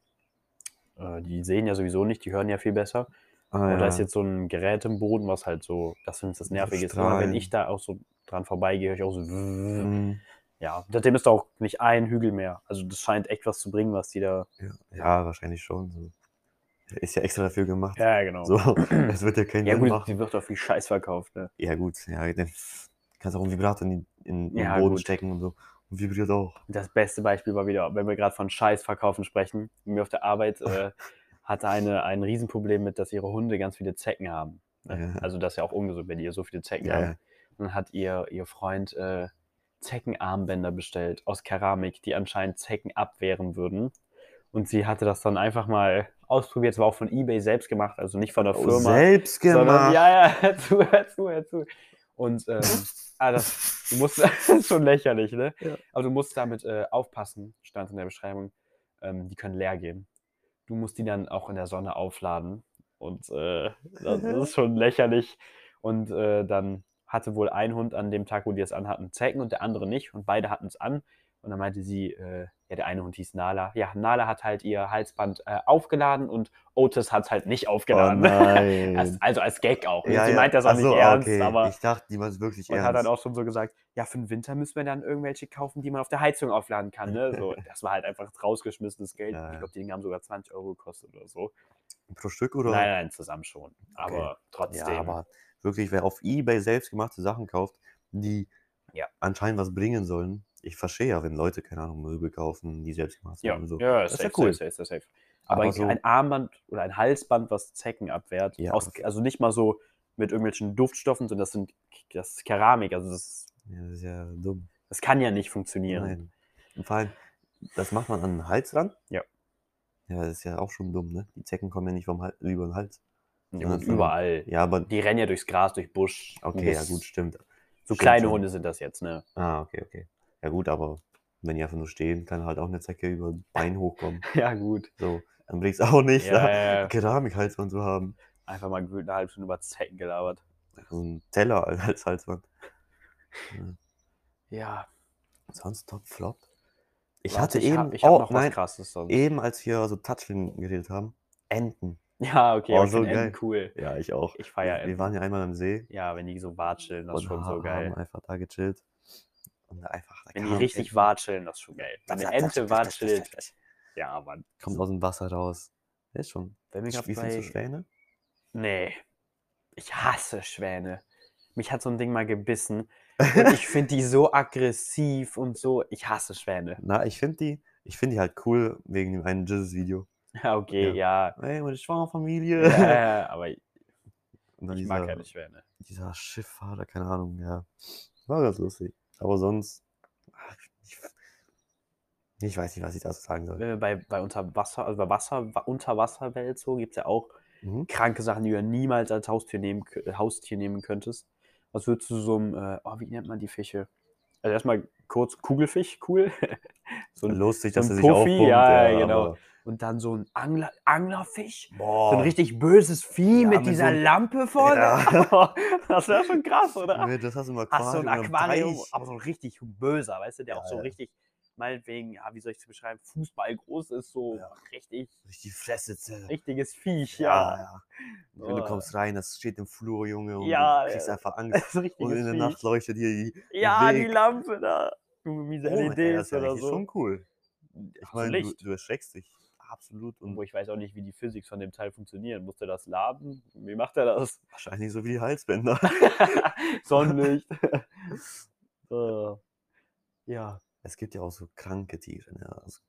äh, die sehen ja sowieso nicht, die hören ja viel besser. Ah, Und ja. da ist jetzt so ein Gerät im Boden, was halt so, das finde ich das So Nervige ist. Strahlen. Immer wenn ich da auch so dran vorbeigehe, höre ich auch so. Mhm. Ja, seitdem ist da auch nicht ein Hügel mehr. Also das scheint echt was zu bringen, was die da. Ja, ja, wahrscheinlich schon. So. Ist ja extra dafür gemacht. Ja, genau. So, es wird ja keinen Ja Sinn gut, machen. die wird doch viel Scheiß verkauft, ne? Ja gut, ja, dann kannst auch einen Vibrator in, in, in Ja, den Boden gut. stecken und so. Und vibriert auch. Das beste Beispiel war wieder, wenn wir gerade von Scheiß verkaufen sprechen. Mir auf der Arbeit äh, hatte eine ein Riesenproblem mit, dass ihre Hunde ganz viele Zecken haben. Ne? Ja. Also das ist ja auch ungesund, wenn die so viele Zecken Ja, haben. ja. Und dann hat ihr, ihr Freund äh, Zeckenarmbänder bestellt aus Keramik, die anscheinend Zecken abwehren würden. Und sie hatte das dann einfach mal ausprobiert. Es war auch von eBay selbst gemacht, also nicht von der Oh, Firma. selbst Sondern, gemacht. ja, ja, hör zu, hör zu, hör zu. Und ähm, ah, das, du musst, das ist schon lächerlich, ne? Ja. Aber du musst damit äh, aufpassen, stand in der Beschreibung. Ähm, die können leer gehen. Du musst die dann auch in der Sonne aufladen. Und äh, das ist schon lächerlich. Und äh, dann hatte wohl ein Hund an dem Tag, wo die es anhatten, Zecken und der andere nicht. Und beide hatten es an. Und dann meinte sie, äh, ja, der eine Hund hieß Nala. Ja, Nala hat halt ihr Halsband äh, aufgeladen und Otis hat es halt nicht Oh aufgeladen. nein. Als- also als Gag auch. Ne? Ja, sie ja. meint das auch Ach so, nicht ernst, okay. aber. Ich dachte, die meint es wirklich Und ernst. hat dann auch schon so gesagt, ja, für den Winter müssen wir dann irgendwelche kaufen, die man auf der Heizung aufladen kann. Ne? So, das war halt einfach rausgeschmissenes Geld. Ja, ja. Ich glaube, die Dinge haben sogar zwanzig Euro gekostet oder so. Pro Stück oder? Nein, nein, zusammen schon. Aber trotzdem. Ja, aber wirklich, wer auf eBay selbstgemachte Sachen kauft, die Ja. anscheinend was bringen sollen. Ich verstehe ja, wenn Leute, keine Ahnung, Möbel kaufen, die selbstgemacht sind ja, und so. ja, das ist safe, ja cool. safe, safe, safe. Aber, Aber so- ein Armband oder ein Halsband, was Zecken abwehrt, Ja, aus, okay. also nicht mal so mit irgendwelchen Duftstoffen, sondern das sind das ist Keramik, also das, Ja, das ist ja dumm. das kann ja nicht funktionieren. Nein. Und vor allem, das macht man an den Hals ran. Ja. Ja, das ist ja auch schon dumm, ne? Die Zecken kommen ja nicht vom Hals, über den Hals. Ja, Sondern gut, von- überall. Ja, aber. Die rennen ja durchs Gras, durch Busch. Okay, ja Das- gut, stimmt. So Stimmt kleine schon. Hunde sind das jetzt, ne? Ah, okay, okay. Ja gut, aber wenn die einfach nur stehen, kann halt auch eine Zecke über das Bein hochkommen. Ja, gut. So, dann bringt's auch nicht, Ja, da ja, ja. Keramikhalsband zu haben. Einfach mal gefühlt eine halbe Stunde über Zecken gelabert. So ein Teller als Halsband. Ja. Ja, Sonst Top Flop? Ich warte, hatte ich habe eben ich hab oh, noch was nein, Krasses sonst. eben als wir so Touchscreen geredet haben, Enten. Ja, okay, Oh, aber ich so finde Enten geil. cool. Ja, ich auch. Ich feiere Wir wir Enten. waren ja einmal am See Ja, wenn die so watscheln, das ist und schon ha so haben geil. einfach da gechillt und einfach da Wenn die kamen richtig Enten. watscheln, das ist schon geil. Wenn eine Ente watschelt, ja, Mann. Kommt aus dem Wasser raus. Ist schon. Wenn wir grad Wie findest du bei Schwäne? ne, ich hasse Schwäne. Mich hat so 'n Ding mal gebissen und ich finde die so aggressiv und so ich hasse Schwäne. Na, ich finde die ich finde die halt cool wegen dem einen Jesus-Video. Ja, okay, Ja. ja. „Hey, meine Ja, Schwarmfamilie.“ ja, ja, aber Und dann ich mag dieser keine Schwäne. dieser Schifffahrer, keine Ahnung, ja. War ganz lustig. Aber sonst, ach, ich ich weiß nicht, was ich dazu sagen soll. Wenn wir bei bei Unterwasser also bei Wasser Wa Unterwasserwelt so, gibt's ja auch Mhm. kranke Sachen, die du ja niemals als Haustier nehmen kö Haustier nehmen könntest. Was würdest du so 'm, äh oh, wie nennt man die Fische? Also erst mal kurz Kugelfisch, cool. So 'n Lustig, so dass 'n er sich Puffi, aufpumpt, ja, ja, ja, genau. aber Und dann so 'n Angler Anglerfisch, so 'n boah, richtig böses Vieh ja, mit mit so dieser 'm Lampe vorne. ja. Das wäre schon krass, oder? Ne, das hast du im Hast so 'n Aquarium oder im Aquarium, Teich. aber so 'n richtig böser, weißt du, der Ja, auch so ja, richtig meinetwegen, ja, wie soll ich's beschreiben, Fußball groß ist, so ja. richtig Durch die Fresse zerrt. richtiges Viech, Ja, ja. ja. Wenn du Oh, kommst rein, das steht im Flur, Junge, und du ja, kriegst ja, einfach Angst. das ist 'n Und in richtiges der Viech. Nacht leuchtet dir die die Ja, die Weg. Lampe da, du miese Oh, ey, das L E Ds ist ja oder eigentlich so. schon cool. Ich Hast du meine, du Licht? du erschreckst dich absolut und Obwohl ich weiß auch nicht, wie die Physik von dem Teil funktioniert. Muss der das laden? Wie macht er das? wahrscheinlich so wie die Halsbänder. Sonnenlicht. Äh, ja, Es gibt ja auch so kranke Tiere, ne? Also,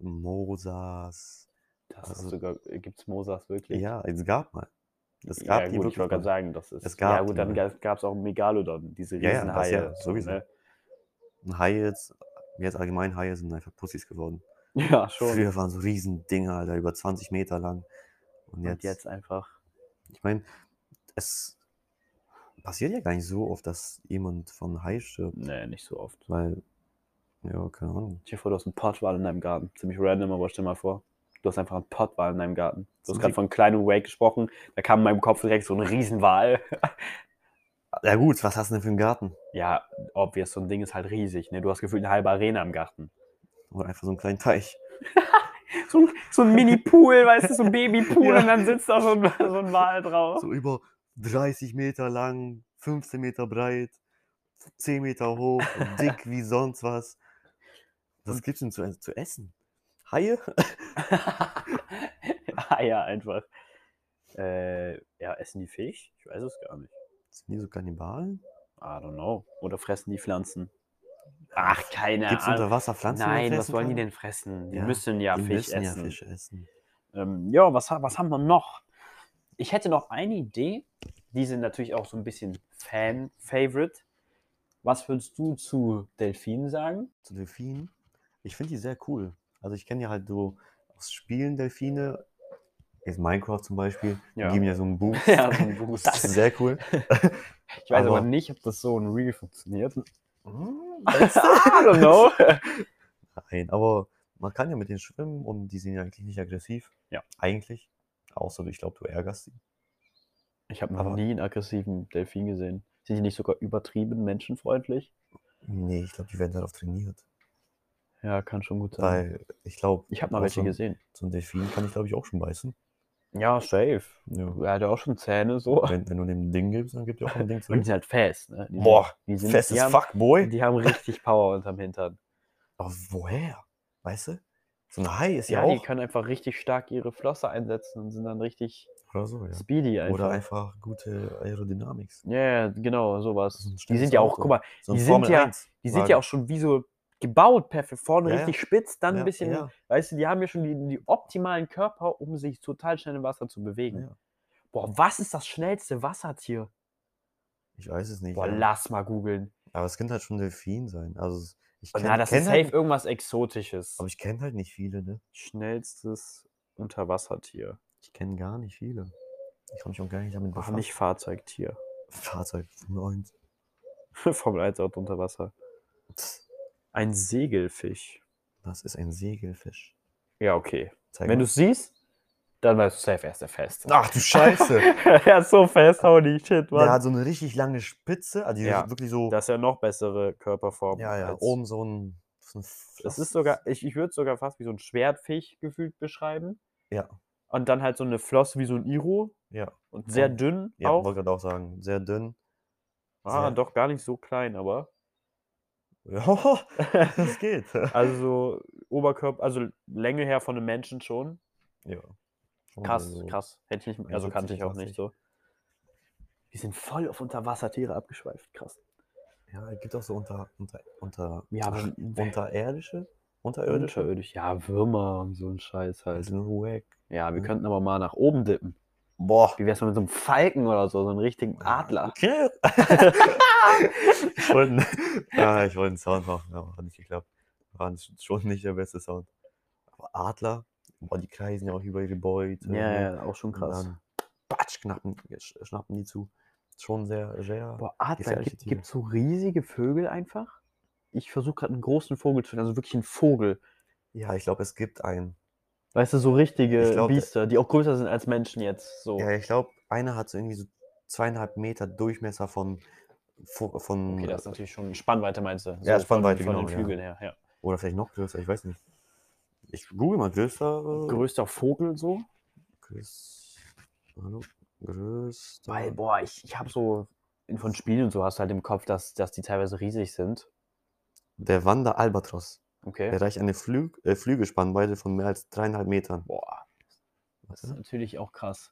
Mosas. das ist Also, sogar äh, gibt's Mosas wirklich? ja, es gab mal. Es Ja gab die gut, ich wirklich wollte grad mal. sagen, das Es ist ja gab gut, die dann mal. ga gab's auch Megalodon, diese Ja, ja, das Riesenhaie ja, so, sowieso. ne? 'N Hai jetzt jetzt allgemein Haie sind einfach Pussys geworden. Ja, schon. Früher waren so Riesendinger, Alter, über zwanzig Meter lang. Und Und jetzt jetzt einfach ich meine, es passiert ja gar nicht so oft, dass jemand von Hai stirbt, ne, nicht so oft. weil ja, keine Ahnung. Stell dir vor, du hast 'n Pottwal in deinem Garten. Ziemlich random, aber stell mal vor, du hast einfach 'n Pottwal in deinem Garten. Du hast Sind grad die von Klein und Wake gesprochen, da kam in meinem Kopf direkt so 'n Riesenwal. ja gut, was hast du denn für 'n Garten? Ja, obvious, so 'n Ding ist halt riesig, ne? Du hast gefühlt 'ne halbe Arena im Garten. Oder einfach so 'n kleinen Teich. So 'n so 'n Mini-Pool, weißt du, so 'n Baby-Pool und Ja, dann sitzt da so 'n so 'n Wal drauf. so über dreißig Meter lang, fünfzehn Meter breit, zehn Meter hoch, dick wie sonst was. Was Und gibt's denn zu zu essen? Haie? Eier einfach. Äh, ja, essen die Fisch? Ich weiß es gar nicht. Sind die so Kannibalen? I don't know. Oder fressen die Pflanzen? Ja, Ach, keine gibt's Ahnung. unter Wasser Pflanzen, die man Nein, was fressen wollen die kann? denn fressen? Die Ja, müssen ja die Fisch müssen ja essen. Fische essen. Ähm, ja, was ha was haben wir noch? Ich hätte noch eine Idee, die sind natürlich auch so 'n bisschen Fan-Favorite. Was würdest du zu Delfinen sagen? Zu Delfinen? Ich finde die sehr cool. Also, ich kenne ja halt so aus Spielen Delfine, jetzt Minecraft zum Beispiel, die Ja. geben ja so 'n Boost. Ja, so 'n Boost. Das ist sehr cool. Ich weiß aber Aber nicht, ob das so in Real funktioniert. hm, I denkst du? don't know. Nein, aber man kann ja mit denen schwimmen und die sind ja eigentlich nicht aggressiv. Ja. Eigentlich. Außer du ich glaube, du ärgerst sie. Ich habe noch Aber nie 'n aggressiven Delfin gesehen. Sind die nicht sogar übertrieben menschenfreundlich? ne, ich glaube, die werden darauf trainiert. Ja, kann schon gut sein. Weil ich glaube, Ich habe mal auch welche so 'n gesehen. so 'n Delfin kann ich, glaube ich, auch schon beißen. Ja, safe. Ja. Er hat ja auch schon Zähne so. Wenn wenn du dem 'n Ding gibst, dann gibt er auch 'n Ding Und die zurück. sind halt fest, ne? Die sind Boah, die sind fest die as haben fuck, boy. die haben richtig Power unterm Hintern. Aber woher? Weißt du? So 'n Hai ist ja Ja, die auch können einfach richtig stark ihre Flosse einsetzen und sind dann richtig oder so, ja. speedy Oder einfach. einfach gute Aerodynamics. Ja, ja, genau, so So was. 'n Die schnelles sind ja auch guck Auto. mal, So 'n die sind ja Formel-eins die sind ja Wagen. auch schon wie so gebaut, perfe vorne Ja, ja. richtig spitz, dann 'n Ja, bisschen ja. weißt du, die haben ja schon die die optimalen Körper, um sich total schnell im Wasser zu bewegen. Ja. Boah, was ist das schnellste Wassertier? Ich weiß es nicht, Boah, ja. lass mal googeln. Aber es könnte halt schon 'n Delfin sein. Also, s ich Oh, na, kenne das ist kenne safe halt irgendwas Exotisches. aber ich kenne halt nicht viele, ne? Schnellstes Unterwassertier. Ich kenne gar nicht viele. Ich habe mich auch gar nicht damit Oh, befasst. nicht Fahrzeugtier. Fahrzeug, Formel eins. Formel eins Auto unter Wasser. Ein Segelfisch. Was ist ein Segelfisch? Ja, okay. Zeig Wenn mal. du's siehst, Dann weißt du safe, er ist der Feste. Ach du Scheiße. Er ist so fest, holy shit, Mann. Der hat so eine richtig lange Spitze, also die Ja, wirklich so. Das ist ja noch bessere Körperform. Ja, ja, als- oben so ein. So ein Es ist sogar, ich, ich würde es sogar fast wie so ein Schwertfisch gefühlt beschreiben. Ja, Und dann halt so eine Flosse wie so ein Iro. ja. Und sehr Voll. dünn Ja, auch. wollte gerade auch sagen. Sehr dünn. Ah, sehr- doch gar nicht so klein, aber. Ja, das geht. Also so Oberkörper, also Länge her von einem Menschen schon. Ja. Schon Krass, so krass. Hätte ich nicht, also einundsiebzig, kannte ich auch nicht achtzig. so. Die sind voll auf Unterwassertiere abgeschweift, krass. Ja, es gibt auch so unter, unter, unter, Ja, aber ach, unterirdische, unterirdische. Unterirdisch, ja, Würmer und so ein Scheiß halt. Also nur wack. Ja, wir ja. könnten aber mal nach oben dippen. Boah. Wie wär's mal mit so einem Falken oder so, so einem richtigen Adler? Okay. ich wollte ja, ich wollte einen Sound machen, aber hat nicht geklappt. War schon nicht der beste Sound. Aber Adler, boah, die kreisen ja auch über ihre Beute. Ja, ne? ja, auch schon Und krass. dann batsch, schnappen, sch- schnappen die zu. Schon sehr, sehr. Boah, Adler, gefährliche gibt, Tiere. gibt's so riesige Vögel einfach? Ich versuche gerade einen großen Vogel zu finden, also wirklich einen Vogel. Ja, ich glaube, es gibt einen. Weißt du, so richtige Ich glaub, der- Biester, die auch größer sind als Menschen jetzt. So. Ja, ich glaube, einer hat so irgendwie so zweieinhalb Meter Durchmesser von. Vo- von Okay, das ist natürlich schon Spannweite, meinst du? Ja, So Spannweite, von, von genau, den ja. Flügeln her, ja. Oder vielleicht noch größer, ich weiß nicht. Ich google mal größer. Äh, Größter Vogel so? größ, hallo? Größter. Weil, boah, ich, ich habe so in- von Spielen und so hast du halt im Kopf, dass, dass die teilweise riesig sind. Der Wander-Albatros. Okay. Der erreicht eine Flüg äh, Flügelspannweite von mehr als dreieinhalb Metern. Boah, das ist Warte. natürlich auch krass.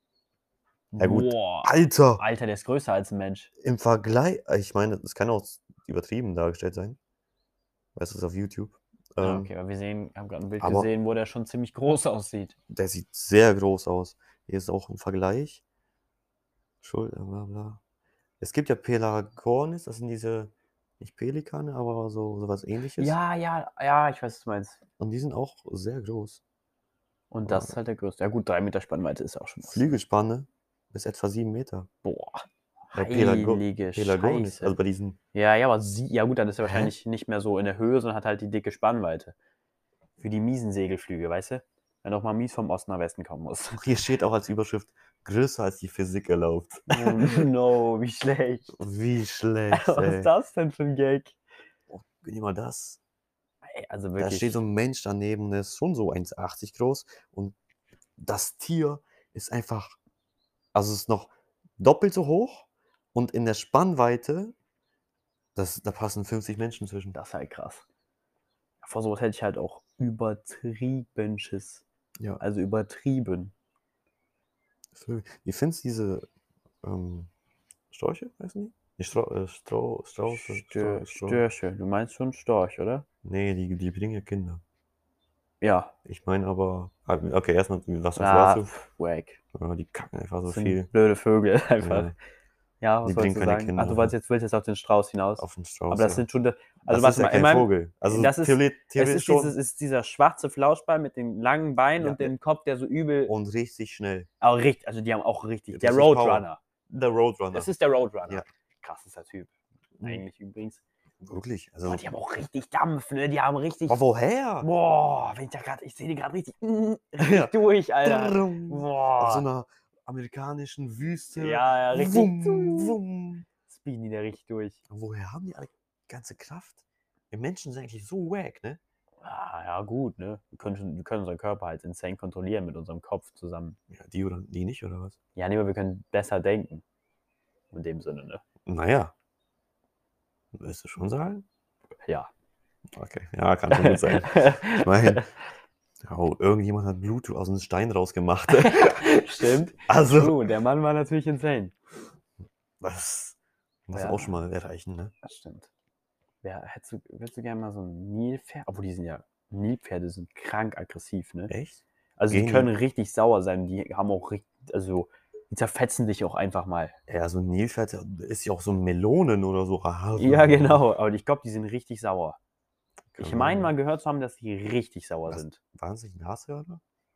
Ja, gut. Boah. Alter! Alter, der ist größer als ein Mensch. Im Vergleich, ich meine, das kann auch übertrieben dargestellt sein. Weißt du, das auf YouTube? Ja, Ähm, okay, aber wir sehen, haben gerade ein Bild aber- gesehen, wo der schon ziemlich groß aussieht. Der sieht sehr groß aus. Hier ist auch ein Vergleich. Schulter, bla bla. Es gibt ja Pelagornis, das sind diese, nicht Pelikane, aber so sowas ähnliches. Ja, ja, ja, ich weiß, was du meinst. Und die sind auch sehr groß. Und das ist halt der größte. Ja gut, drei Meter Spannweite ist auch schon was. Flügelspanne bis etwa sieben Meter. Boah, Bei Pelago heilige Pelagornis, Scheiße. also bei diesen. Ja, ja, aber sie, ja gut, dann ist er Hä? wahrscheinlich nicht mehr so in der Höhe, sondern hat halt die dicke Spannweite. Für die miesen Segelflüge, weißt du? Wenn auch mal mies vom Osten nach Westen kommen muss. Hier steht auch als Überschrift, größer als die Physik erlaubt. Oh no, wie schlecht. Wie schlecht, Was ey. ist das denn für ein Gag? Oh, guck dir mal das. Ey, also Da wirklich. steht so ein Mensch daneben, der ist schon so eins Komma achtzig groß. Und das Tier ist einfach, also es ist noch doppelt so hoch. Und in der Spannweite, das, da passen fünfzig Menschen zwischen. Das ist halt krass. Vor sowas hätte ich halt auch übertrieben Schiss. Ja. Also übertrieben. Vögel. Wie findest du diese ähm, Sträuche, heißen die? Die Strau äh, Strau Strauß, Stör, Strau Strau Störche. Du meinst schon Storch, oder? Nee, die, die bringen ja Kinder. Ja. Ich meine aber, ah, okay, erstmal, was sagst du Ah, dazu? pff, wack. Ja, die kacken einfach so Das sind viel. blöde Vögel einfach. Ja, Ja, was Die sollst bringen du keine sagen? Kinder, Ach, du ja. wolltest jetzt, willst jetzt auf den Strauß hinaus. auf den Strauß. Aber das ja. sind schon. Also, das warte ist ja mal, kein immerhin- Vogel. Also das ist- theoretisch, Es theoretisch ist, schon. dieses, ist dieser schwarze Flauschbein mit den langen Beinen Ja, und dem Kopf, der so übel. Und richtig schnell. Aber richtig, also die haben auch richtig. Der Richtig Roadrunner. Der Roadrunner. Das ist der Roadrunner. Ja. Krasser Typ. Mhm. Eigentlich übrigens. Wirklich. Also, Boah, die haben auch richtig Dampf, ne? Die haben richtig. aber woher? Boah, wenn ich da gerade, ich sehe die gerade richtig, mm, richtig Ja. durch, Alter. Drrrrum. Auf so Boah. einer amerikanischen Wüste. Ja, ja, richtig. Wum, wum. Speeden die da richtig durch. Woher haben die alle ganze Kraft? Wir Menschen sind eigentlich so wack, ne? Ah, ja, gut, ne? Wir können, schon- wir können unseren Körper halt insane kontrollieren mit unserem Kopf zusammen. Ja, die oder die nicht, oder was? Ja, nee, aber wir können besser denken. In dem Sinne, ne? Naja. Willst du schon sagen? Ja. Okay, ja, kann schon gut sein. Ich meine, oh, irgendjemand hat Bluetooth aus einem Stein rausgemacht. Stimmt. Also, True, der Mann war natürlich insane. das muss Ja. auch schon mal erreichen, ne? Das stimmt. Ja, hättest du, würdest du gerne mal so ein Nilpferd, obwohl die sind ja, Nilpferde sind krank aggressiv, ne? Echt? Also die Gegen- können richtig sauer sein, die haben auch richtig, also die zerfetzen dich auch einfach mal. Ja, so ein Nilpferd ist ja auch so Melonen oder so. Ah, so- Ja, genau, aber ich glaube, die sind richtig sauer. Ich Keine meine Ahnung. mal gehört zu haben, dass die richtig sauer Was? sind. Waren es nicht Nashörner?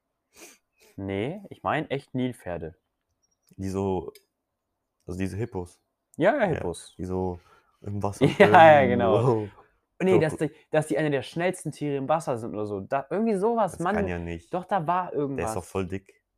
Nee, ich meine echt Nilpferde. Die so, also diese Hippos, Ja, ja, Hippos. die so im Wasser Ja, schwimmen. ja, genau. Wow. Nee, Doch. dass die, dass die eine der schnellsten Tiere im Wasser sind oder so. Da, irgendwie sowas, Das Mann. kann ja nicht. Doch, da war Der irgendwas. ist doch voll dick.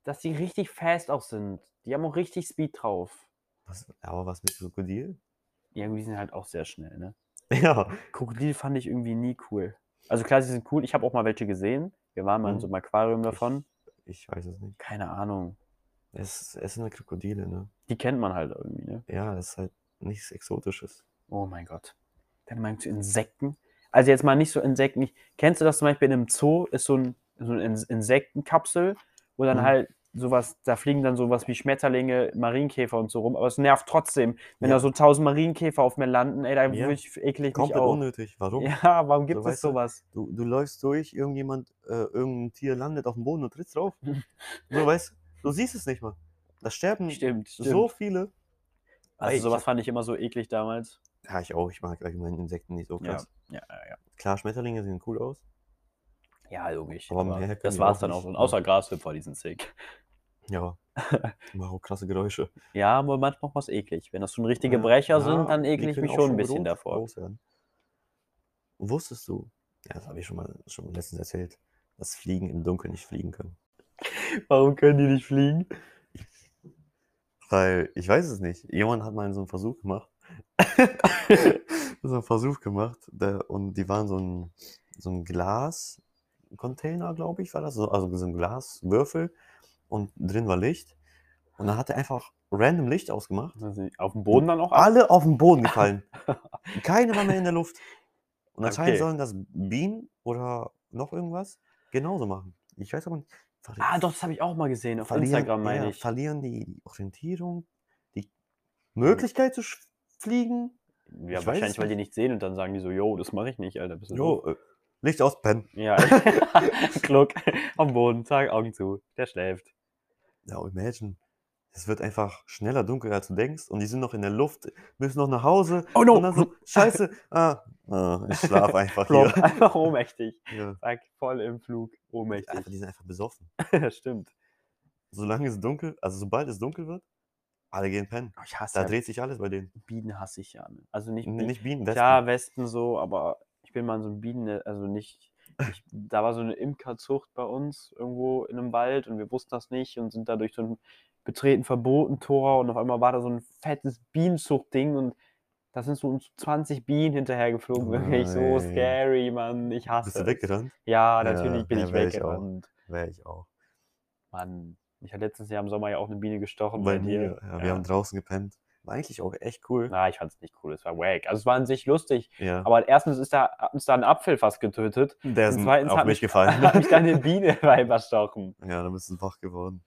dass die richtig fast auch sind. Die haben auch richtig Speed drauf. Was, aber was mit Krokodil? Ja, die sind halt auch sehr schnell, ne? Ja. Krokodil fand ich irgendwie nie cool. Also klar, sie sind cool. Ich habe auch mal welche gesehen. Wir waren mal in so Hm. einem Aquarium davon. Ich, ich weiß es nicht. Keine Ahnung. Es, es sind Krokodile, ne? Die kennt man halt irgendwie, ne? Ja, das ist halt nichts Exotisches. Oh mein Gott. Dann meinst du Insekten? Also jetzt mal nicht so Insekten. Ich, kennst du das zum Beispiel in einem Zoo? Ist so, ein, so eine In- Insektenkapsel, wo dann Hm. halt sowas, da fliegen dann sowas wie Schmetterlinge, Marienkäfer und so rum. Aber es nervt trotzdem, wenn Ja. da so tausend Marienkäfer auf mir landen. Ey, da Ja. würde ich, ekel ich mich Komplett auch. unnötig. Warum? Ja, warum gibt So, es weißt du, sowas? Du, du läufst durch, irgendjemand, äh, irgendein Tier landet auf dem Boden und trittst drauf. So, weißt du, du siehst es nicht mal. Da sterben Stimmt, so stimmt. viele. Also Ey, ich sowas hab, fand ich immer so eklig damals. ja, ich auch. Ich mag allgemein Insekten nicht so Ja, krass. ja, ja. ja. Klar, Schmetterlinge sehen cool aus. Ja, logisch. Aber Aber mehr können das die war's auch dann nicht, auch. Und ne? außer Grashüpfer, die sind sick. Ja, die machen auch krasse Geräusche. Ja, aber manchmal auch was eklig. Wenn das schon richtige Ja, Brecher ja, sind, dann die ekel ich können mich auch schon ein schon bisschen groß, davor. groß werden. Wusstest du, ja, das habe ich schon mal schon letztens erzählt, dass Fliegen im Dunkeln nicht fliegen können? Warum können die nicht fliegen? Weil, ich weiß es nicht. Jemand hat mal so einen Versuch gemacht. so einen Versuch gemacht. Der, und die waren so ein, so ein Glascontainer, glaube ich, war das. So, also so ein Glaswürfel. Und drin war Licht. Und dann hat er einfach random Licht ausgemacht. Also auf dem Boden dann auch ab? Alle auf den Boden gefallen. Keine war mehr in der Luft. Und anscheinend Okay. sollen das Bienen oder noch irgendwas genauso machen. Ich weiß aber nicht. verli- Ah, doch, das habe ich auch mal gesehen. Auf verlieren, Instagram, meine ja, ich. verlieren die, die Orientierung, die Möglichkeit zu sch- fliegen. Ja, Ich weiß wahrscheinlich, es weil die nicht. nicht sehen und dann sagen die so, yo, das mache ich nicht, Alter. Bist du doof? Jo, äh, Licht aus, pennen. Ja, Kluck, am Boden, zack, Augen zu. Der schläft. Ja, imagine. Es wird einfach schneller dunkel, als du denkst. Und die sind noch in der Luft, müssen noch nach Hause. Oh no! Und dann so, scheiße, ah, ah ich schlafe einfach Flop, hier. einfach ohnmächtig. Ja. Zack, voll im Flug, Die, ohnmächtig. einfach, die sind einfach besoffen. Stimmt. Solange es dunkel, also sobald es dunkel wird, alle gehen pennen. Oh, ich hasse Da ja dreht sich alles bei denen. Bienen hasse ich ja. Ne? Also nicht N- Bienen. Nicht Bienen, Wespen. Klar, Wespen so, aber ich bin mal in so ein Bienen, also nicht. Ich, da war so eine Imkerzucht bei uns irgendwo in einem Wald und wir wussten das nicht und sind da durch so ein betreten Verboten-Tor und auf einmal war da so ein fettes Bienenzuchtding und da sind so uns zwanzig Bienen hinterhergeflogen. Oh Wirklich so nein. scary, Mann. Ich hasse Bist du es. weggerannt? Ja, natürlich bin ja, ich wär ich auch. weggerannt. Wäre ich auch. Mann, ich hatte letztes Jahr im Sommer ja auch eine Biene gestochen Bei bei dir. mir, ja, wir Ja. haben draußen gepennt. War eigentlich auch echt cool. Na, ich fand's nicht cool, es war wack. Also es war an sich lustig, Ja. aber erstens ist da, hat uns da ein Apfel fast getötet Der ist und zweitens auf hat mich mich, gefallen. hat mich dann eine Biene überstochen. Ja, dann bist du wach geworden.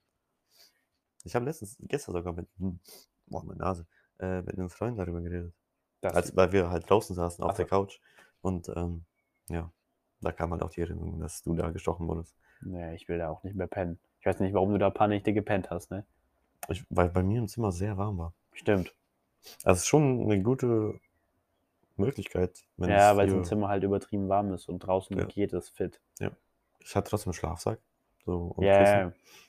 Ich habe letztens, gestern sogar mit, hm, boah, meine Nase, äh, mit einem Freund darüber geredet. Das, Als, weil wir halt draußen saßen auf Ach der so. Couch. Und ähm, ja, da kam halt auch die Erinnerung, dass du da gestochen wurdest. nee, ich will da auch nicht mehr pennen. Ich weiß nicht, warum du da panisch gepennt hast, ne? Ich, weil bei mir im Zimmer sehr warm war. Stimmt. Also es ist schon eine gute Möglichkeit, wenn Ja, es weil hier, es im Zimmer halt übertrieben warm ist und draußen Ja. geht es fit. ich hatte trotzdem einen Schlafsack. So, und Ja, Kissen. yeah.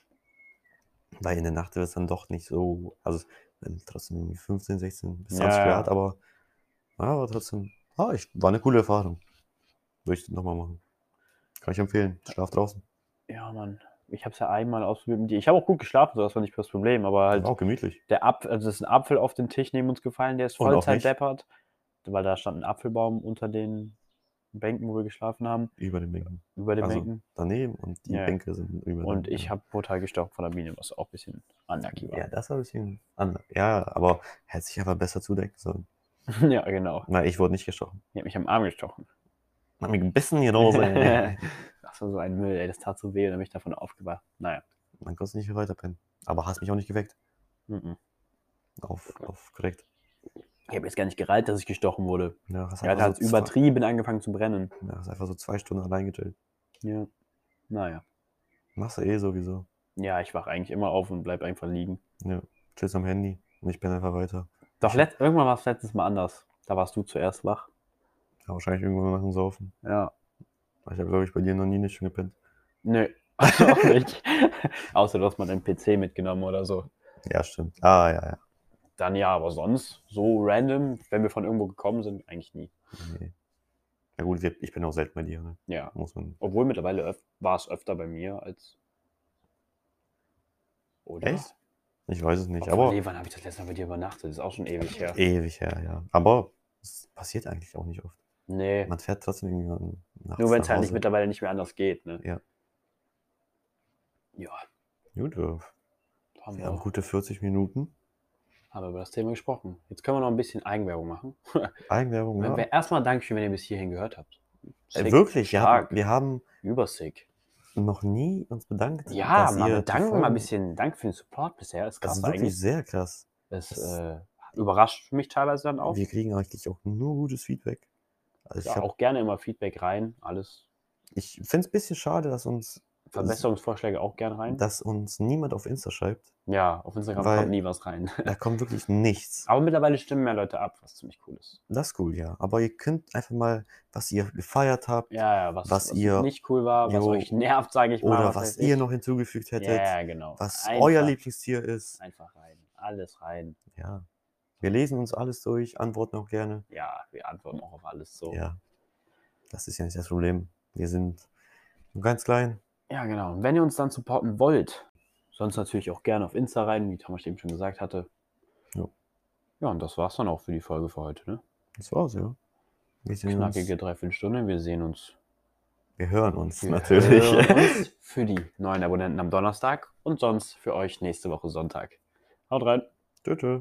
Weil in der Nacht wird es dann doch nicht so, also wenn trotzdem irgendwie fünfzehn, sechzehn bis Ja, zwanzig ja. Grad, aber, ja, aber trotzdem, ah, ich, war eine coole Erfahrung. Würde ich nochmal machen. Kann ich empfehlen. Schlaf draußen. Ja, Mann. Ich habe es ja einmal ausprobiert mit dir. Ich habe auch gut geschlafen, so das war nicht das Problem, aber halt War auch gemütlich. der Apfel, also es ist ein Apfel auf den Tisch neben uns gefallen, der ist Und voll auf mich. zerdeppert, weil da stand ein Apfelbaum unter den Bänken, wo wir geschlafen haben, Über den Bänken. über den Also Bänken. daneben und die Ja. Bänke sind über den Und ich ja. habe brutal gestochen von der Biene, was auch ein bisschen unlucky war. Ja, das war ein bisschen anders. Ja, aber hätte sich aber besser zudenken sollen. Ja, genau. Weil ich wurde nicht gestochen. Die hat mich am Arm gestochen. Hat mich gebissen, die Rose. Das war so ein Müll, ey, das tat so weh und dann bin ich davon aufgewacht. Naja. Man konnte nicht mehr weiterpennen. Aber hast mich auch nicht geweckt. Mhm. Auf, auf korrekt. Ich habe jetzt gar nicht gereilt, dass ich gestochen wurde. Ja, hast Er hat einfach halt so zwei, übertrieben angefangen zu brennen. ja, hast einfach so zwei Stunden allein gechillt. Ja. Naja. Machst du eh sowieso. Ja, ich wach eigentlich immer auf und bleib einfach liegen. Ja, chillst am Handy und ich bin einfach weiter. Doch, Ich- let irgendwann war es letztes Mal anders. Da warst du zuerst wach. Ja, wahrscheinlich irgendwann nach dem Saufen. Ja. Ich habe, glaube ich, bei dir noch nie nicht schon gepennt. Nö, auch nicht. Außer, du hast mal deinen P C mitgenommen oder so. Ja, stimmt. Ah, ja, ja. Dann ja, aber sonst so random, wenn wir von irgendwo gekommen sind, eigentlich nie. Nee. Ja gut, wir- ich bin auch selten bei dir, ne? Ja. Muss man. Obwohl mittlerweile öf- war es öfter bei mir als Oder? Echt? Ich weiß es nicht, Obwohl, aber nee, wann habe ich das letzte Mal bei dir übernachtet? Das ist auch schon ewig her. ewig her, ja. Aber es passiert eigentlich auch nicht oft. Nee, Man fährt trotzdem irgendwie nachts nur wenn es nach halt nicht Hause. mittlerweile nicht mehr anders geht, ne? Ja. Ja, Gut, wir haben wir haben wir, gute vierzig Minuten. haben wir über das Thema gesprochen. Jetzt können wir noch ein bisschen Eigenwerbung machen. Eigenwerbung, Wenn ja. wir erstmal Dankeschön, wenn ihr bis hierhin gehört habt. Äh, Sick, wirklich, wir haben, stark, wir haben übersick. noch nie uns bedankt, Ja, dass mal ihr die bedanken, mal ein Folgen... bisschen Dank für den Support bisher. Ist Das krass ist wirklich eigentlich. sehr krass. Das Das- äh, überrascht mich teilweise dann auch. Wir kriegen eigentlich auch nur gutes Feedback. Also ich Ja, hab, auch gerne immer Feedback rein. Alles. ich finde es ein bisschen schade, dass uns, Verbesserungsvorschläge auch gerne rein. dass uns niemand auf Insta schreibt. Ja, auf Instagram Weil- kommt nie was rein. Da kommt wirklich nichts. Aber mittlerweile stimmen mehr Leute ab, was ziemlich cool ist. Das ist cool, ja. Aber ihr könnt einfach mal, was ihr gefeiert habt Ja, ja, was, Was was ihr- nicht cool war, was jo, euch nervt, sage ich mal. oder was weiß ihr ich. noch hinzugefügt Ja, hättet, ja, genau. was Einfach- euer Lieblingstier ist. Einfach rein. Alles rein. Ja. Wir lesen uns alles durch, antworten auch gerne. Ja, wir antworten auch auf alles so. Ja. Das ist ja nicht das Problem. Wir sind nur ganz klein. Ja, genau. Und wenn ihr uns dann supporten wollt, sonst natürlich auch gerne auf Insta rein, wie Thomas eben schon gesagt hatte. Jo. Ja, und das war's dann auch für die Folge für heute. Ne? Das war's, ja. Wir, sehen uns, Knackige Dreiviertelstunde. Wir sehen uns. wir hören uns Wir natürlich. hören uns für die neuen Abonnenten am Donnerstag und sonst für euch nächste Woche Sonntag. Haut rein. Tschö, tschö.